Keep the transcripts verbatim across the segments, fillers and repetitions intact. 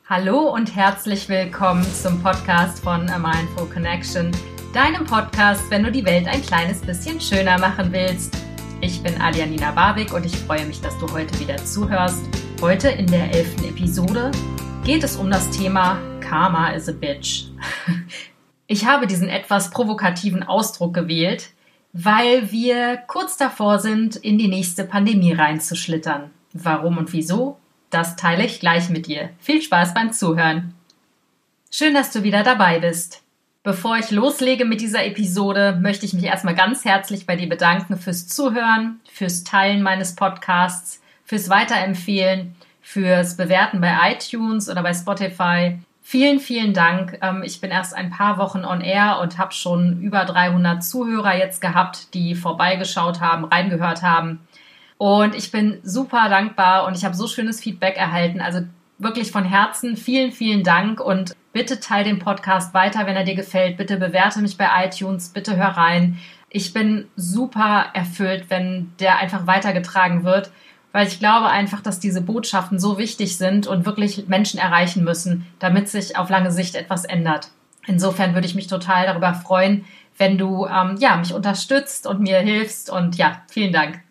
Hallo und herzlich willkommen zum Podcast von A Mindful Connection, deinem Podcast, wenn du die Welt ein kleines bisschen schöner machen willst. Ich bin Alianina Barwick und ich freue mich, dass du heute wieder zuhörst. Heute in der elften Episode geht es um das Thema Karma is a Bitch. Ich habe diesen etwas provokativen Ausdruck gewählt, weil wir kurz davor sind, in die nächste Pandemie reinzuschlittern. Warum und wieso? Das teile ich gleich mit dir. Viel Spaß beim Zuhören. Schön, dass du wieder dabei bist. Bevor ich loslege mit dieser Episode, möchte ich mich erstmal ganz herzlich bei dir bedanken fürs Zuhören, fürs Teilen meines Podcasts, fürs Weiterempfehlen, fürs Bewerten bei iTunes oder bei Spotify. Vielen, vielen Dank. Ich bin erst ein paar Wochen on air und habe schon über dreihundert Zuhörer jetzt gehabt, die vorbeigeschaut haben, reingehört haben. Und ich bin super dankbar und ich habe so schönes Feedback erhalten. Also wirklich von Herzen vielen, vielen Dank und bitte teile den Podcast weiter, wenn er dir gefällt. Bitte bewerte mich bei iTunes, bitte hör rein. Ich bin super erfüllt, wenn der einfach weitergetragen wird, weil ich glaube einfach, dass diese Botschaften so wichtig sind und wirklich Menschen erreichen müssen, damit sich auf lange Sicht etwas ändert. Insofern würde ich mich total darüber freuen, wenn du ähm, ja, mich unterstützt und mir hilfst. Und ja, vielen Dank.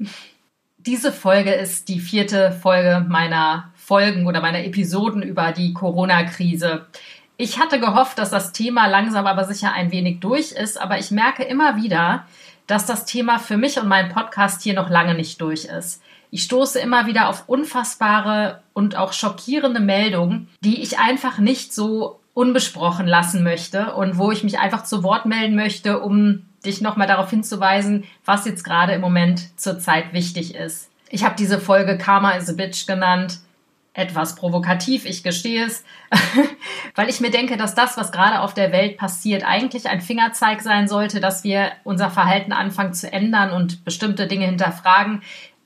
Diese Folge ist die vierte Folge meiner Folgen oder meiner Episoden über die Corona-Krise. Ich hatte gehofft, dass das Thema langsam aber sicher ein wenig durch ist, aber ich merke immer wieder, dass das Thema für mich und meinen Podcast hier noch lange nicht durch ist. Ich stoße immer wieder auf unfassbare und auch schockierende Meldungen, die ich einfach nicht so unbesprochen lassen möchte und wo ich mich einfach zu Wort melden möchte, um dich nochmal darauf hinzuweisen, was jetzt gerade im Moment zurzeit wichtig ist. Ich habe diese Folge Karma is a Bitch genannt. Etwas provokativ, ich gestehe es, weil ich mir denke, dass das, was gerade auf der Welt passiert, eigentlich ein Fingerzeig sein sollte, dass wir unser Verhalten anfangen zu ändern und bestimmte Dinge hinterfragen.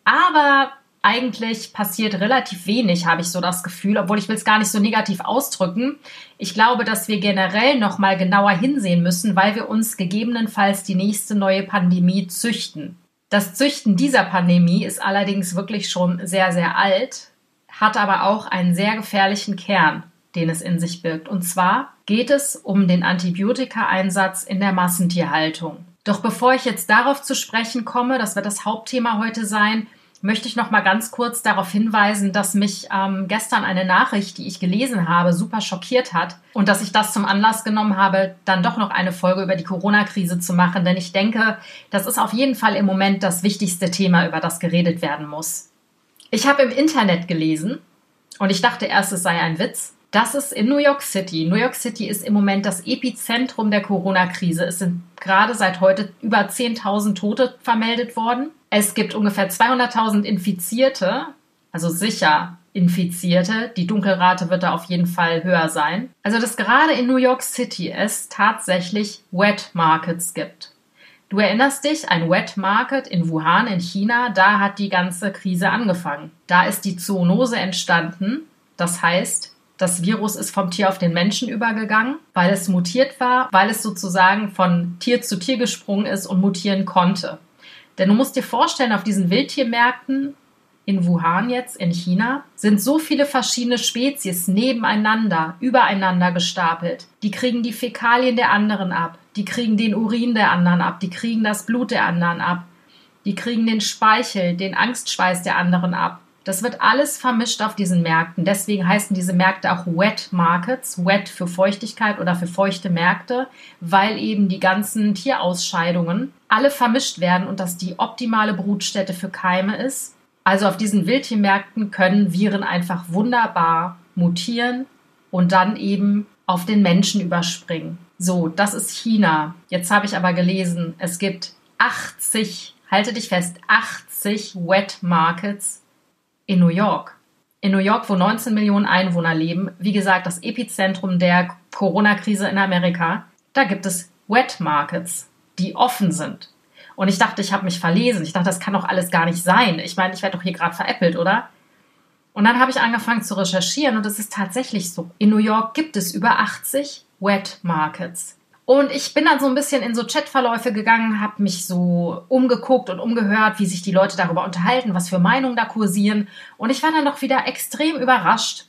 Aber eigentlich passiert relativ wenig, habe ich so das Gefühl, obwohl ich will es gar nicht so negativ ausdrücken. Ich glaube, dass wir generell noch mal genauer hinsehen müssen, weil wir uns gegebenenfalls die nächste neue Pandemie züchten. Das Züchten dieser Pandemie ist allerdings wirklich schon sehr, sehr alt, hat aber auch einen sehr gefährlichen Kern, den es in sich birgt. Und zwar geht es um den Antibiotika-Einsatz in der Massentierhaltung. Doch bevor ich jetzt darauf zu sprechen komme, das wird das Hauptthema heute sein, möchte ich noch mal ganz kurz darauf hinweisen, dass mich ähm, gestern eine Nachricht, die ich gelesen habe, super schockiert hat und dass ich das zum Anlass genommen habe, dann doch noch eine Folge über die Corona-Krise zu machen, denn ich denke, das ist auf jeden Fall im Moment das wichtigste Thema, über das geredet werden muss. Ich habe im Internet gelesen und ich dachte erst, es sei ein Witz, dass es in New York City, New York City ist im Moment das Epizentrum der Corona-Krise. Es sind gerade seit heute über zehntausend Tote vermeldet worden. Es gibt ungefähr zweihunderttausend Infizierte, also sicher Infizierte. Die Dunkelrate wird da auf jeden Fall höher sein. Also, dass gerade in New York City es tatsächlich Wet Markets gibt. Du erinnerst dich, ein Wet Market in Wuhan in China, da hat die ganze Krise angefangen. Da ist die Zoonose entstanden. Das heißt, das Virus ist vom Tier auf den Menschen übergegangen, weil es mutiert war, weil es sozusagen von Tier zu Tier gesprungen ist und mutieren konnte. Denn du musst dir vorstellen, auf diesen Wildtiermärkten in Wuhan jetzt, in China, sind so viele verschiedene Spezies nebeneinander, übereinander gestapelt. Die kriegen die Fäkalien der anderen ab, die kriegen den Urin der anderen ab, die kriegen das Blut der anderen ab, die kriegen den Speichel, den Angstschweiß der anderen ab. Das wird alles vermischt auf diesen Märkten. Deswegen heißen diese Märkte auch Wet Markets, Wet für Feuchtigkeit oder für feuchte Märkte, weil eben die ganzen Tierausscheidungen alle vermischt werden und das die optimale Brutstätte für Keime ist. Also auf diesen Wildtiermärkten können Viren einfach wunderbar mutieren und dann eben auf den Menschen überspringen. So, das ist China. Jetzt habe ich aber gelesen, es gibt achtzig, halte dich fest, achtzig Wet Markets in New York. In New York, wo neunzehn Millionen Einwohner leben, wie gesagt, das Epizentrum der Corona-Krise in Amerika, da gibt es Wet Markets, die offen sind. Und ich dachte, ich habe mich verlesen. Ich dachte, das kann doch alles gar nicht sein. Ich meine, ich werde doch hier gerade veräppelt, oder? Und dann habe ich angefangen zu recherchieren und es ist tatsächlich so. In New York gibt es über achtzig Wet Markets. Und ich bin dann so ein bisschen in so Chatverläufe gegangen, habe mich so umgeguckt und umgehört, wie sich die Leute darüber unterhalten, was für Meinungen da kursieren. Und ich war dann doch wieder extrem überrascht,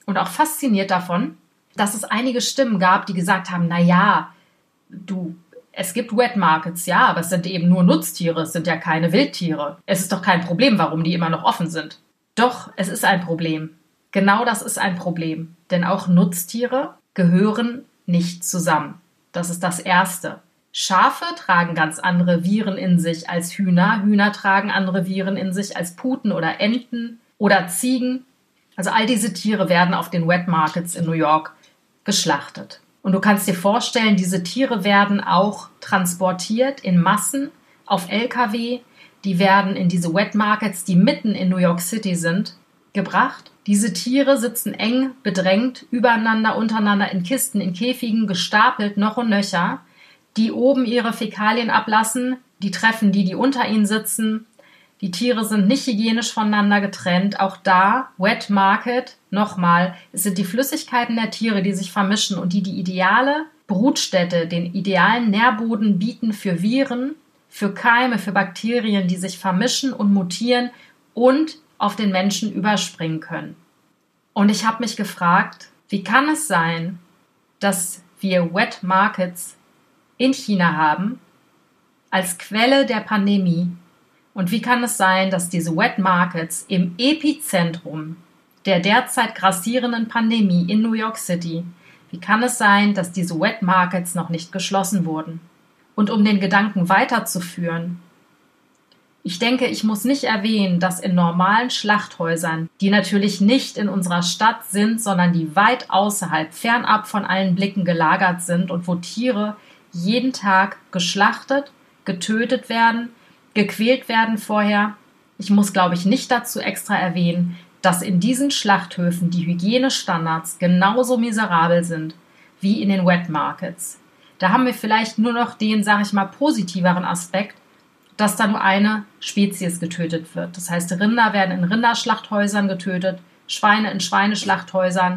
und auch fasziniert davon, dass es einige Stimmen gab, die gesagt haben, na ja, du, es gibt Wet Markets, ja, aber es sind eben nur Nutztiere, es sind ja keine Wildtiere. Es ist doch kein Problem, warum die immer noch offen sind. Doch, es ist ein Problem. Genau das ist ein Problem. Denn auch Nutztiere gehören nicht zusammen. Das ist das Erste. Schafe tragen ganz andere Viren in sich als Hühner. Hühner tragen andere Viren in sich als Puten oder Enten oder Ziegen. Also all diese Tiere werden auf den Wet Markets in New York geschlachtet. Und du kannst dir vorstellen, diese Tiere werden auch transportiert in Massen auf L K W. Die werden in diese Wet Markets, die mitten in New York City sind, gebracht. Diese Tiere sitzen eng bedrängt, übereinander, untereinander in Kisten, in Käfigen, gestapelt noch und nöcher, die oben ihre Fäkalien ablassen, die treffen die, die unter ihnen sitzen. Die Tiere sind nicht hygienisch voneinander getrennt. Auch da, Wet Market, nochmal, es sind die Flüssigkeiten der Tiere, die sich vermischen und die die ideale Brutstätte, den idealen Nährboden bieten für Viren, für Keime, für Bakterien, die sich vermischen und mutieren und auf den Menschen überspringen können. Und ich habe mich gefragt, wie kann es sein, dass wir Wet Markets in China haben als Quelle der Pandemie? Und wie kann es sein, dass diese Wet Markets im Epizentrum der derzeit grassierenden Pandemie in New York City, wie kann es sein, dass diese Wet Markets noch nicht geschlossen wurden? Und um den Gedanken weiterzuführen, ich denke, ich muss nicht erwähnen, dass in normalen Schlachthäusern, die natürlich nicht in unserer Stadt sind, sondern die weit außerhalb, fernab von allen Blicken gelagert sind und wo Tiere jeden Tag geschlachtet, getötet werden, gequält werden vorher. Ich muss, glaube ich, nicht dazu extra erwähnen, dass in diesen Schlachthöfen die Hygienestandards genauso miserabel sind wie in den Wet Markets. Da haben wir vielleicht nur noch den, sage ich mal, positiveren Aspekt, dass da nur eine Spezies getötet wird. Das heißt, Rinder werden in Rinderschlachthäusern getötet, Schweine in Schweineschlachthäusern,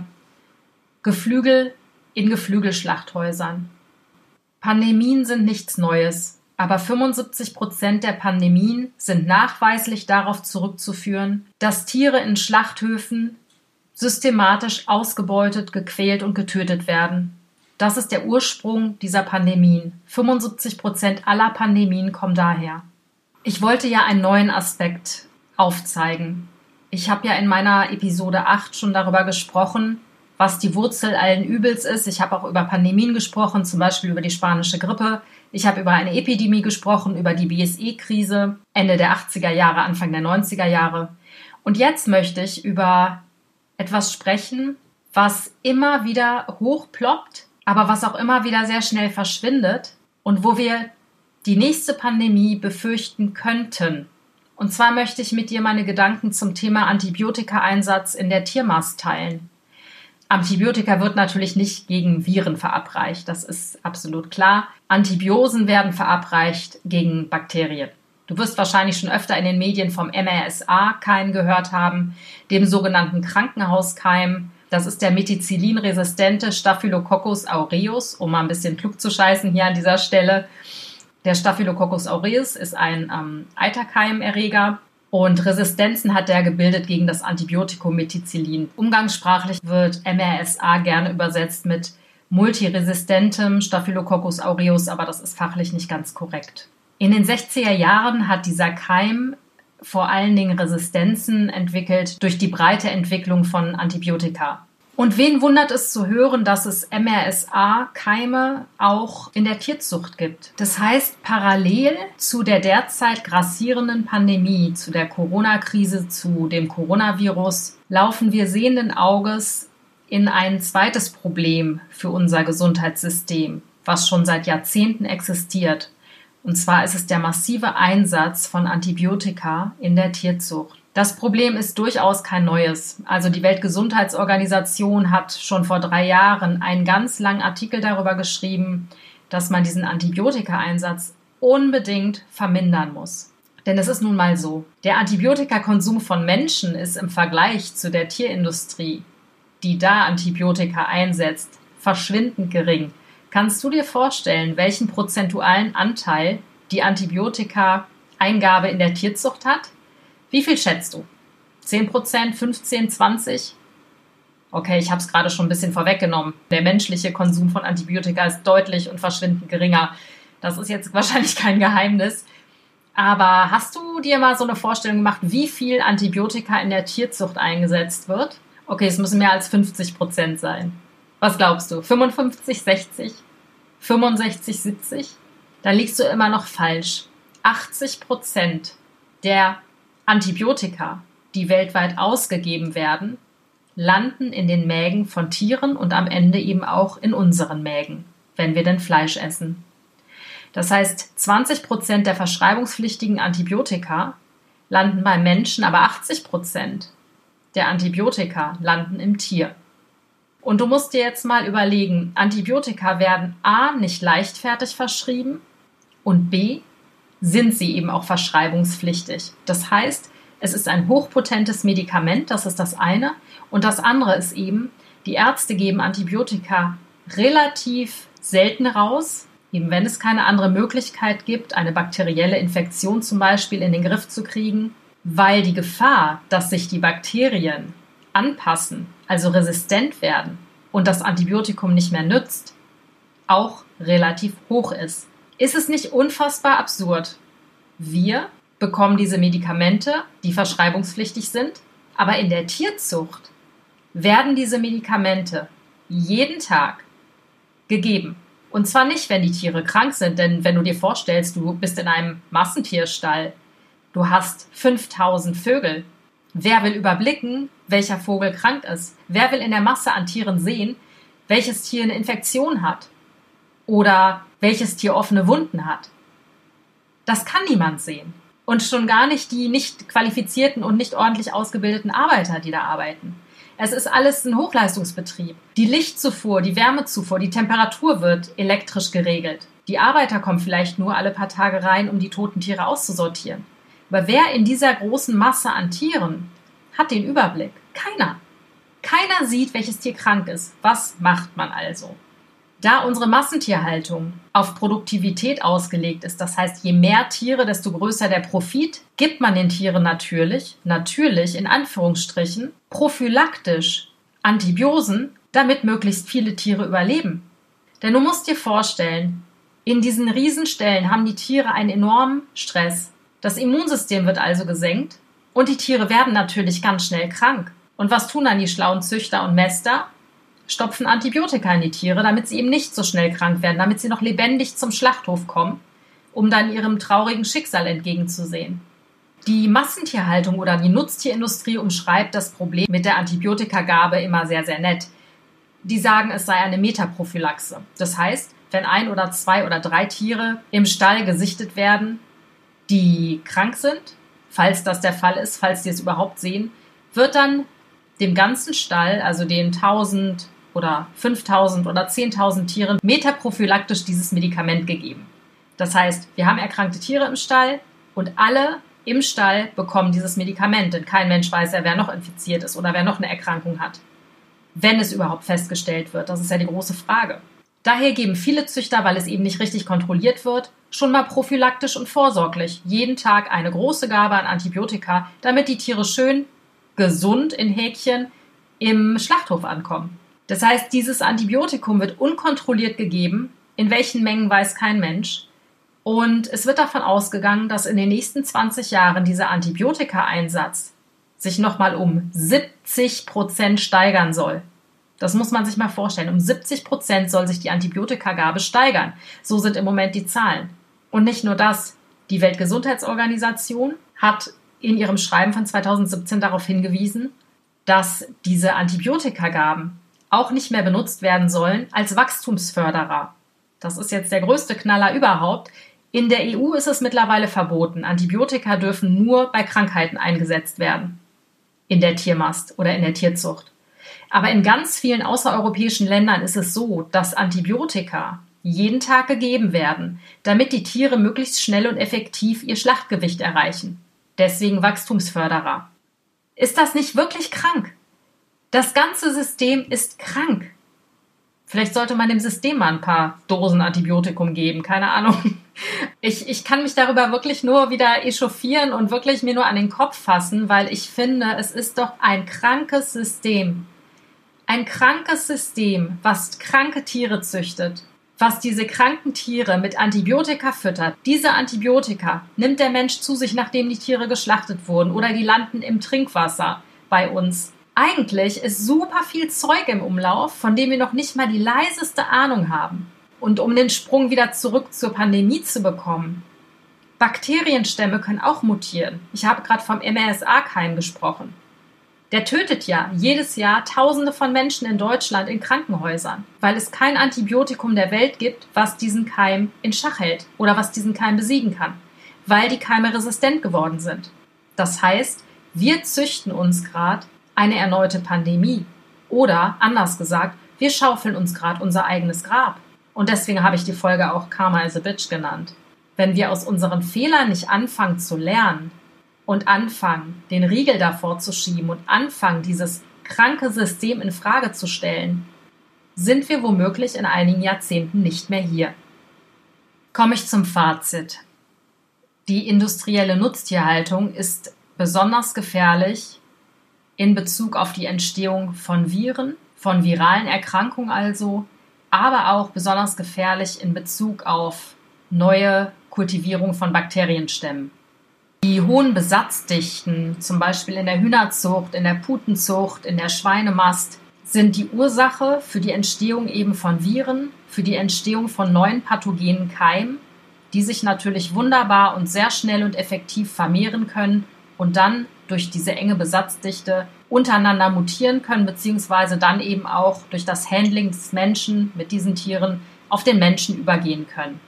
Geflügel in Geflügelschlachthäusern. Pandemien sind nichts Neues. Aber fünfundsiebzig Prozent der Pandemien sind nachweislich darauf zurückzuführen, dass Tiere in Schlachthöfen systematisch ausgebeutet, gequält und getötet werden. Das ist der Ursprung dieser Pandemien. fünfundsiebzig Prozent aller Pandemien kommen daher. Ich wollte ja einen neuen Aspekt aufzeigen. Ich habe ja in meiner Episode acht schon darüber gesprochen, was die Wurzel allen Übels ist. Ich habe auch über Pandemien gesprochen, zum Beispiel über die spanische Grippe. Ich habe über eine Epidemie gesprochen, über die B S E-Krise Ende der achtziger Jahre, Anfang der neunziger Jahre. Und jetzt möchte ich über etwas sprechen, was immer wieder hochploppt, aber was auch immer wieder sehr schnell verschwindet und wo wir die nächste Pandemie befürchten könnten. Und zwar möchte ich mit dir meine Gedanken zum Thema Antibiotikaeinsatz in der Tiermast teilen. Antibiotika wird natürlich nicht gegen Viren verabreicht, das ist absolut klar. Antibiosen werden verabreicht gegen Bakterien. Du wirst wahrscheinlich schon öfter in den Medien vom M R S A-Keim gehört haben, dem sogenannten Krankenhauskeim. Das ist der methicillin-resistente Staphylococcus aureus, um mal ein bisschen klug zu scheißen hier an dieser Stelle. Der Staphylococcus aureus ist ein ähm, Eiterkeimerreger. Und Resistenzen hat er gebildet gegen das Antibiotikum Methicillin. Umgangssprachlich wird M R S A gerne übersetzt mit multiresistentem Staphylococcus aureus, aber das ist fachlich nicht ganz korrekt. In den sechziger Jahren hat dieser Keim vor allen Dingen Resistenzen entwickelt durch die breite Entwicklung von Antibiotika. Und wen wundert es zu hören, dass es M R S A-Keime auch in der Tierzucht gibt? Das heißt, parallel zu der derzeit grassierenden Pandemie, zu der Corona-Krise, zu dem Coronavirus, laufen wir sehenden Auges in ein zweites Problem für unser Gesundheitssystem, was schon seit Jahrzehnten existiert. Und zwar ist es der massive Einsatz von Antibiotika in der Tierzucht. Das Problem ist durchaus kein neues. Also die Weltgesundheitsorganisation hat schon vor drei Jahren einen ganz langen Artikel darüber geschrieben, dass man diesen Antibiotikaeinsatz unbedingt vermindern muss. Denn es ist nun mal so, der Antibiotikakonsum von Menschen ist im Vergleich zu der Tierindustrie, die da Antibiotika einsetzt, verschwindend gering. Kannst du dir vorstellen, welchen prozentualen Anteil die Antibiotika-Eingabe in der Tierzucht hat? Wie viel schätzt du? zehn Prozent, fünfzehn, zwanzig? Okay, ich habe es gerade schon ein bisschen vorweggenommen. Der menschliche Konsum von Antibiotika ist deutlich und verschwindend geringer. Das ist jetzt wahrscheinlich kein Geheimnis. Aber hast du dir mal so eine Vorstellung gemacht, wie viel Antibiotika in der Tierzucht eingesetzt wird? Okay, es müssen mehr als fünfzig Prozent sein. Was glaubst du? fünfundfünfzig, sechzig, fünfundsechzig, siebzig? Da liegst du immer noch falsch. achtzig Prozent der Antibiotika, die weltweit ausgegeben werden, landen in den Mägen von Tieren und am Ende eben auch in unseren Mägen, wenn wir denn Fleisch essen. Das heißt, zwanzig Prozent der verschreibungspflichtigen Antibiotika landen beim Menschen, aber achtzig Prozent der Antibiotika landen im Tier. Und du musst dir jetzt mal überlegen, Antibiotika werden a. nicht leichtfertig verschrieben und b. sind sie eben auch verschreibungspflichtig. Das heißt, es ist ein hochpotentes Medikament, das ist das eine. Und das andere ist eben, die Ärzte geben Antibiotika relativ selten raus, eben wenn es keine andere Möglichkeit gibt, eine bakterielle Infektion zum Beispiel in den Griff zu kriegen, weil die Gefahr, dass sich die Bakterien anpassen, also resistent werden und das Antibiotikum nicht mehr nützt, auch relativ hoch ist. Ist es nicht unfassbar absurd? Wir bekommen diese Medikamente, die verschreibungspflichtig sind, aber in der Tierzucht werden diese Medikamente jeden Tag gegeben. Und zwar nicht, wenn die Tiere krank sind, denn wenn du dir vorstellst, du bist in einem Massentierstall, du hast fünftausend Vögel. Wer will überblicken, welcher Vogel krank ist? Wer will in der Masse an Tieren sehen, welches Tier eine Infektion hat? Oder welches Tier offene Wunden hat? Das kann niemand sehen. Und schon gar nicht die nicht qualifizierten und nicht ordentlich ausgebildeten Arbeiter, die da arbeiten. Es ist alles ein Hochleistungsbetrieb. Die Lichtzufuhr, die Wärmezufuhr, die Temperatur wird elektrisch geregelt. Die Arbeiter kommen vielleicht nur alle paar Tage rein, um die toten Tiere auszusortieren. Aber wer in dieser großen Masse an Tieren hat den Überblick? Keiner. Keiner sieht, welches Tier krank ist. Was macht man also? Da unsere Massentierhaltung auf Produktivität ausgelegt ist, das heißt, je mehr Tiere, desto größer der Profit, gibt man den Tieren natürlich, natürlich in Anführungsstrichen, prophylaktisch Antibiosen, damit möglichst viele Tiere überleben. Denn du musst dir vorstellen, in diesen Riesenställen haben die Tiere einen enormen Stress. Das Immunsystem wird also gesenkt und die Tiere werden natürlich ganz schnell krank. Und was tun dann die schlauen Züchter und Mäster? Stopfen Antibiotika in die Tiere, damit sie eben nicht so schnell krank werden, damit sie noch lebendig zum Schlachthof kommen, um dann ihrem traurigen Schicksal entgegenzusehen. Die Massentierhaltung oder die Nutztierindustrie umschreibt das Problem mit der Antibiotikagabe immer sehr, sehr nett. Die sagen, es sei eine Metaprophylaxe. Das heißt, wenn ein oder zwei oder drei Tiere im Stall gesichtet werden, die krank sind, falls das der Fall ist, falls die es überhaupt sehen, wird dann dem ganzen Stall, also den tausend oder fünftausend oder zehntausend Tieren, metaprophylaktisch dieses Medikament gegeben. Das heißt, wir haben erkrankte Tiere im Stall und alle im Stall bekommen dieses Medikament, denn kein Mensch weiß ja, wer noch infiziert ist oder wer noch eine Erkrankung hat. Wenn es überhaupt festgestellt wird, das ist ja die große Frage. Daher geben viele Züchter, weil es eben nicht richtig kontrolliert wird, schon mal prophylaktisch und vorsorglich jeden Tag eine große Gabe an Antibiotika, damit die Tiere schön gesund in Häkchen im Schlachthof ankommen. Das heißt, dieses Antibiotikum wird unkontrolliert gegeben, in welchen Mengen weiß kein Mensch. Und es wird davon ausgegangen, dass in den nächsten zwanzig Jahren dieser Antibiotikaeinsatz sich nochmal um siebzig Prozent steigern soll. Das muss man sich mal vorstellen. Um siebzig Prozent soll sich die Antibiotikagabe steigern. So sind im Moment die Zahlen. Und nicht nur das. Die Weltgesundheitsorganisation hat in ihrem Schreiben von zweitausendsiebzehn darauf hingewiesen, dass diese Antibiotikagaben auch nicht mehr benutzt werden sollen als Wachstumsförderer. Das ist jetzt der größte Knaller überhaupt. In der E U ist es mittlerweile verboten. Antibiotika dürfen nur bei Krankheiten eingesetzt werden. In der Tiermast oder in der Tierzucht. Aber in ganz vielen außereuropäischen Ländern ist es so, dass Antibiotika jeden Tag gegeben werden, damit die Tiere möglichst schnell und effektiv ihr Schlachtgewicht erreichen. Deswegen Wachstumsförderer. Ist das nicht wirklich krank? Das ganze System ist krank. Vielleicht sollte man dem System mal ein paar Dosen Antibiotikum geben, keine Ahnung. Ich, ich kann mich darüber wirklich nur wieder echauffieren und wirklich mir nur an den Kopf fassen, weil ich finde, es ist doch ein krankes System. Ein krankes System, was kranke Tiere züchtet, was diese kranken Tiere mit Antibiotika füttert. Diese Antibiotika nimmt der Mensch zu sich, nachdem die Tiere geschlachtet wurden oder die landen im Trinkwasser bei uns. Eigentlich ist super viel Zeug im Umlauf, von dem wir noch nicht mal die leiseste Ahnung haben. Und um den Sprung wieder zurück zur Pandemie zu bekommen, Bakterienstämme können auch mutieren. Ich habe gerade vom M R S A-Keim gesprochen. Der tötet ja jedes Jahr Tausende von Menschen in Deutschland in Krankenhäusern, weil es kein Antibiotikum der Welt gibt, was diesen Keim in Schach hält oder was diesen Keim besiegen kann, weil die Keime resistent geworden sind. Das heißt, wir züchten uns gerade eine erneute Pandemie oder, anders gesagt, wir schaufeln uns gerade unser eigenes Grab. Und deswegen habe ich die Folge auch Karma is a Bitch genannt. Wenn wir aus unseren Fehlern nicht anfangen zu lernen, und anfangen, den Riegel davor zu schieben und anfangen, dieses kranke System in Frage zu stellen, sind wir womöglich in einigen Jahrzehnten nicht mehr hier. Komme ich zum Fazit. Die industrielle Nutztierhaltung ist besonders gefährlich in Bezug auf die Entstehung von Viren, von viralen Erkrankungen also, aber auch besonders gefährlich in Bezug auf neue Kultivierung von Bakterienstämmen. Die hohen Besatzdichten, zum Beispiel in der Hühnerzucht, in der Putenzucht, in der Schweinemast, sind die Ursache für die Entstehung eben von Viren, für die Entstehung von neuen pathogenen Keimen, die sich natürlich wunderbar und sehr schnell und effektiv vermehren können und dann durch diese enge Besatzdichte untereinander mutieren können, beziehungsweise dann eben auch durch das Handling des Menschen mit diesen Tieren auf den Menschen übergehen können.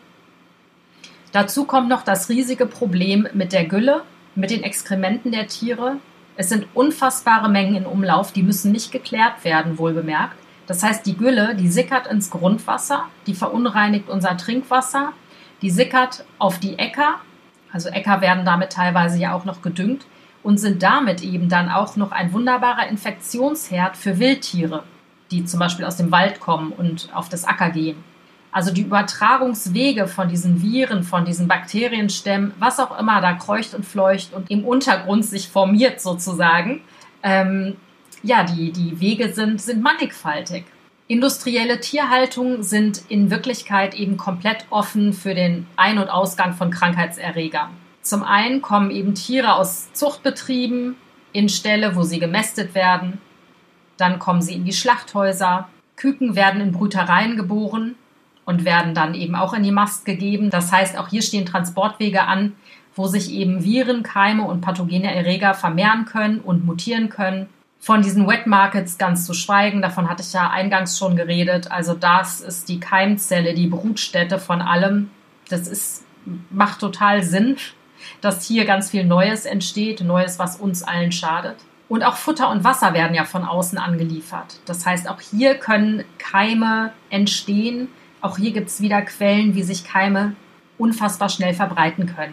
Dazu kommt noch das riesige Problem mit der Gülle, mit den Exkrementen der Tiere. Es sind unfassbare Mengen in Umlauf, die müssen nicht geklärt werden, wohlbemerkt. Das heißt, die Gülle, die sickert ins Grundwasser, die verunreinigt unser Trinkwasser, die sickert auf die Äcker, also Äcker werden damit teilweise ja auch noch gedüngt und sind damit eben dann auch noch ein wunderbarer Infektionsherd für Wildtiere, die zum Beispiel aus dem Wald kommen und auf das Acker gehen. Also die Übertragungswege von diesen Viren, von diesen Bakterienstämmen, was auch immer da kreucht und fleucht und im Untergrund sich formiert sozusagen, ähm, ja, die, die Wege sind, sind mannigfaltig. Industrielle Tierhaltungen sind in Wirklichkeit eben komplett offen für den Ein- und Ausgang von Krankheitserregern. Zum einen kommen eben Tiere aus Zuchtbetrieben in Ställe, wo sie gemästet werden. Dann kommen sie in die Schlachthäuser. Küken werden in Brütereien geboren und werden dann eben auch in die Mast gegeben. Das heißt, auch hier stehen Transportwege an, wo sich eben Viren, Keime und pathogene Erreger vermehren können und mutieren können. Von diesen Wet Markets ganz zu schweigen, davon hatte ich ja eingangs schon geredet. Also das ist die Keimzelle, die Brutstätte von allem. Das ist, macht total Sinn, dass hier ganz viel Neues entsteht, Neues, was uns allen schadet. Und auch Futter und Wasser werden ja von außen angeliefert. Das heißt, auch hier können Keime entstehen. Auch hier gibt es wieder Quellen, wie sich Keime unfassbar schnell verbreiten können.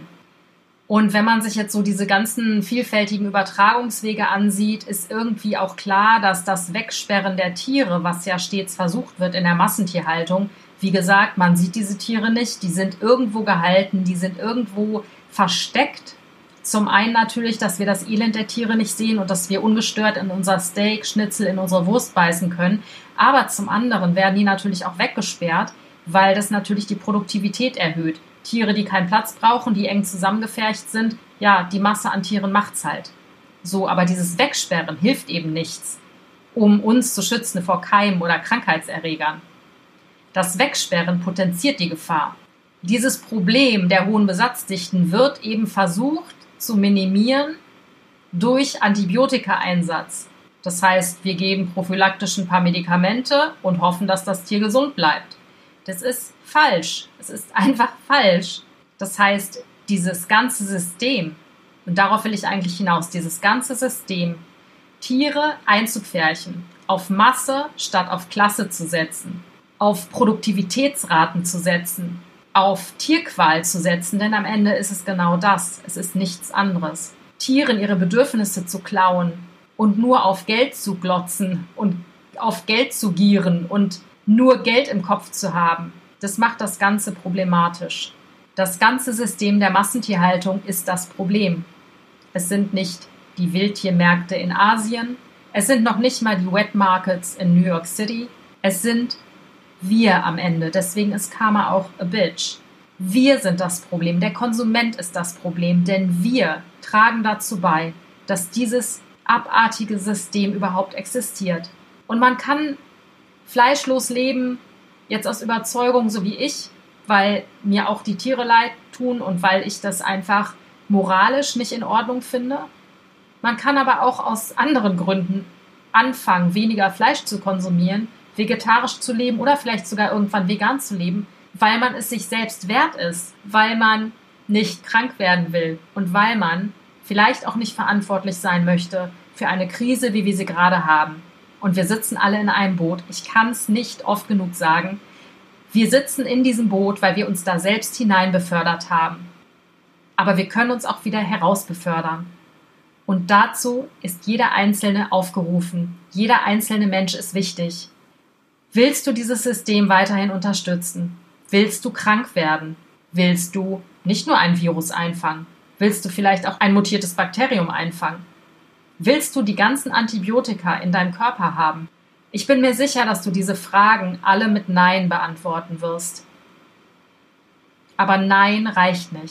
Und wenn man sich jetzt so diese ganzen vielfältigen Übertragungswege ansieht, ist irgendwie auch klar, dass das Wegsperren der Tiere, was ja stets versucht wird in der Massentierhaltung, wie gesagt, man sieht diese Tiere nicht, die sind irgendwo gehalten, die sind irgendwo versteckt. Zum einen natürlich, dass wir das Elend der Tiere nicht sehen und dass wir ungestört in unser Steak, Schnitzel, in unsere Wurst beißen können. Aber zum anderen werden die natürlich auch weggesperrt, weil das natürlich die Produktivität erhöht. Tiere, die keinen Platz brauchen, die eng zusammengefercht sind, ja, die Masse an Tieren macht's halt. So, aber dieses Wegsperren hilft eben nichts, um uns zu schützen vor Keimen oder Krankheitserregern. Das Wegsperren potenziert die Gefahr. Dieses Problem der hohen Besatzdichten wird eben versucht zu minimieren durch Antibiotikaeinsatz. Das heißt, wir geben prophylaktisch ein paar Medikamente und hoffen, dass das Tier gesund bleibt. Das ist falsch. Es ist einfach falsch. Das heißt, dieses ganze System, und darauf will ich eigentlich hinaus, dieses ganze System, Tiere einzupferchen, auf Masse statt auf Klasse zu setzen, auf Produktivitätsraten zu setzen, auf Tierqual zu setzen, denn am Ende ist es genau das. Es ist nichts anderes. Tieren ihre Bedürfnisse zu klauen und nur auf Geld zu glotzen und auf Geld zu gieren und nur Geld im Kopf zu haben, das macht das Ganze problematisch. Das ganze System der Massentierhaltung ist das Problem. Es sind nicht die Wildtiermärkte in Asien, Es sind noch nicht mal die Wet Markets in New York City. Es sind wir am Ende. Deswegen ist Karma auch a bitch. Wir sind das Problem. Der Konsument ist das Problem. Denn wir tragen dazu bei, dass dieses abartige System überhaupt existiert. Und man kann fleischlos leben, jetzt aus Überzeugung, so wie ich, weil mir auch die Tiere leid tun und weil ich das einfach moralisch nicht in Ordnung finde. Man kann aber auch aus anderen Gründen anfangen, weniger Fleisch zu konsumieren, vegetarisch zu leben oder vielleicht sogar irgendwann vegan zu leben, weil man es sich selbst wert ist, weil man nicht krank werden will und weil man vielleicht auch nicht verantwortlich sein möchte für eine Krise, wie wir sie gerade haben. Und wir sitzen alle in einem Boot. Ich kann es nicht oft genug sagen. Wir sitzen in diesem Boot, weil wir uns da selbst hinein befördert haben. Aber wir können uns auch wieder heraus befördern. Und dazu ist jeder Einzelne aufgerufen. Jeder einzelne Mensch ist wichtig. Willst du dieses System weiterhin unterstützen? Willst du krank werden? Willst du nicht nur ein Virus einfangen? Willst du vielleicht auch ein mutiertes Bakterium einfangen? Willst du die ganzen Antibiotika in deinem Körper haben? Ich bin mir sicher, dass du diese Fragen alle mit Nein beantworten wirst. Aber Nein reicht nicht.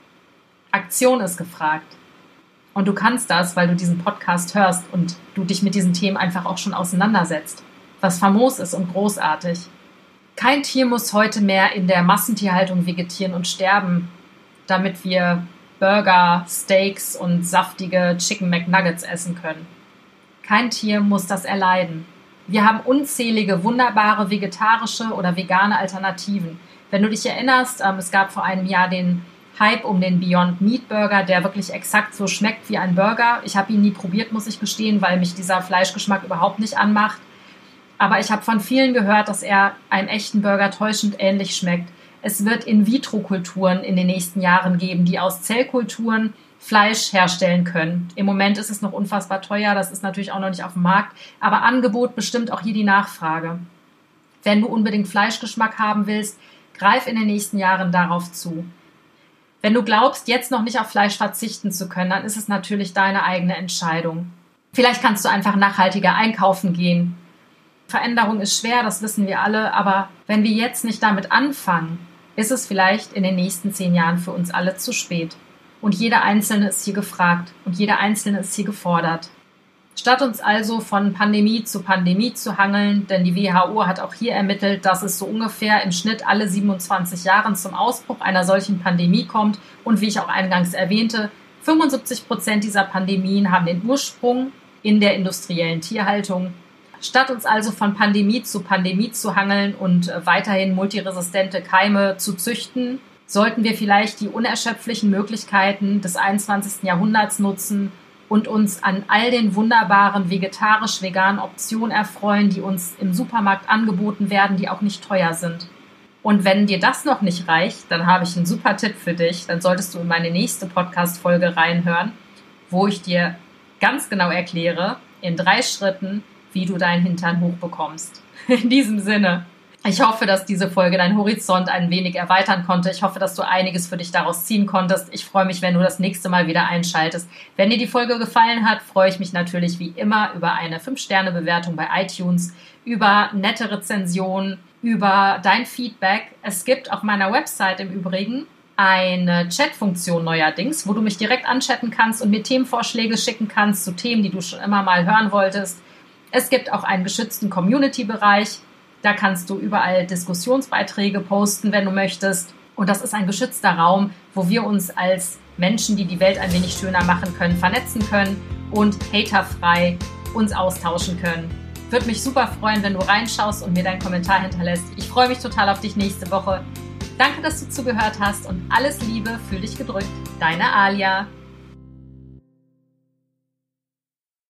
Aktion ist gefragt. Und du kannst das, weil du diesen Podcast hörst und du dich mit diesen Themen einfach auch schon auseinandersetzt, was famos ist und großartig. Kein Tier muss heute mehr in der Massentierhaltung vegetieren und sterben, damit wir Burger, Steaks und saftige Chicken McNuggets essen können. Kein Tier muss das erleiden. Wir haben unzählige, wunderbare vegetarische oder vegane Alternativen. Wenn du dich erinnerst, es gab vor einem Jahr den Hype um den Beyond Meat Burger, der wirklich exakt so schmeckt wie ein Burger. Ich habe ihn nie probiert, muss ich gestehen, weil mich dieser Fleischgeschmack überhaupt nicht anmacht. Aber ich habe von vielen gehört, dass er einem echten Burger täuschend ähnlich schmeckt. Es wird In-vitro-Kulturen in den nächsten Jahren geben, die aus Zellkulturen Fleisch herstellen können. Im Moment ist es noch unfassbar teuer, das ist natürlich auch noch nicht auf dem Markt, aber Angebot bestimmt auch hier die Nachfrage. Wenn du unbedingt Fleischgeschmack haben willst, greif in den nächsten Jahren darauf zu. Wenn du glaubst, jetzt noch nicht auf Fleisch verzichten zu können, dann ist es natürlich deine eigene Entscheidung. Vielleicht kannst du einfach nachhaltiger einkaufen gehen. Veränderung ist schwer, das wissen wir alle, aber wenn wir jetzt nicht damit anfangen, ist es vielleicht in den nächsten zehn Jahren für uns alle zu spät. Und jeder Einzelne ist hier gefragt und jeder Einzelne ist hier gefordert. Statt uns also von Pandemie zu Pandemie zu hangeln, denn die W H O hat auch hier ermittelt, dass es so ungefähr im Schnitt alle siebenundzwanzig Jahren zum Ausbruch einer solchen Pandemie kommt. Und wie ich auch eingangs erwähnte, fünfundsiebzig Prozent dieser Pandemien haben den Ursprung in der industriellen Tierhaltung. Statt uns also von Pandemie zu Pandemie zu hangeln und weiterhin multiresistente Keime zu züchten, sollten wir vielleicht die unerschöpflichen Möglichkeiten des einundzwanzigsten Jahrhunderts nutzen und uns an all den wunderbaren vegetarisch-veganen Optionen erfreuen, die uns im Supermarkt angeboten werden, die auch nicht teuer sind. Und wenn dir das noch nicht reicht, dann habe ich einen super Tipp für dich. Dann solltest du in meine nächste Podcast-Folge reinhören, wo ich dir ganz genau erkläre, in drei Schritten, wie du deinen Hintern hochbekommst. In diesem Sinne. Ich hoffe, dass diese Folge deinen Horizont ein wenig erweitern konnte. Ich hoffe, dass du einiges für dich daraus ziehen konntest. Ich freue mich, wenn du das nächste Mal wieder einschaltest. Wenn dir die Folge gefallen hat, freue ich mich natürlich wie immer über eine fünf Sterne Bewertung bei iTunes, über nette Rezensionen, über dein Feedback. Es gibt auf meiner Website im Übrigen eine Chat-Funktion neuerdings, wo du mich direkt anchatten kannst und mir Themenvorschläge schicken kannst zu Themen, die du schon immer mal hören wolltest. Es gibt auch einen geschützten Community-Bereich. Da kannst du überall Diskussionsbeiträge posten, wenn du möchtest. Und das ist ein geschützter Raum, wo wir uns als Menschen, die die Welt ein wenig schöner machen können, vernetzen können und haterfrei uns austauschen können. Würde mich super freuen, wenn du reinschaust und mir deinen Kommentar hinterlässt. Ich freue mich total auf dich nächste Woche. Danke, dass du zugehört hast und alles Liebe, fühl dich gedrückt. Deine Alia.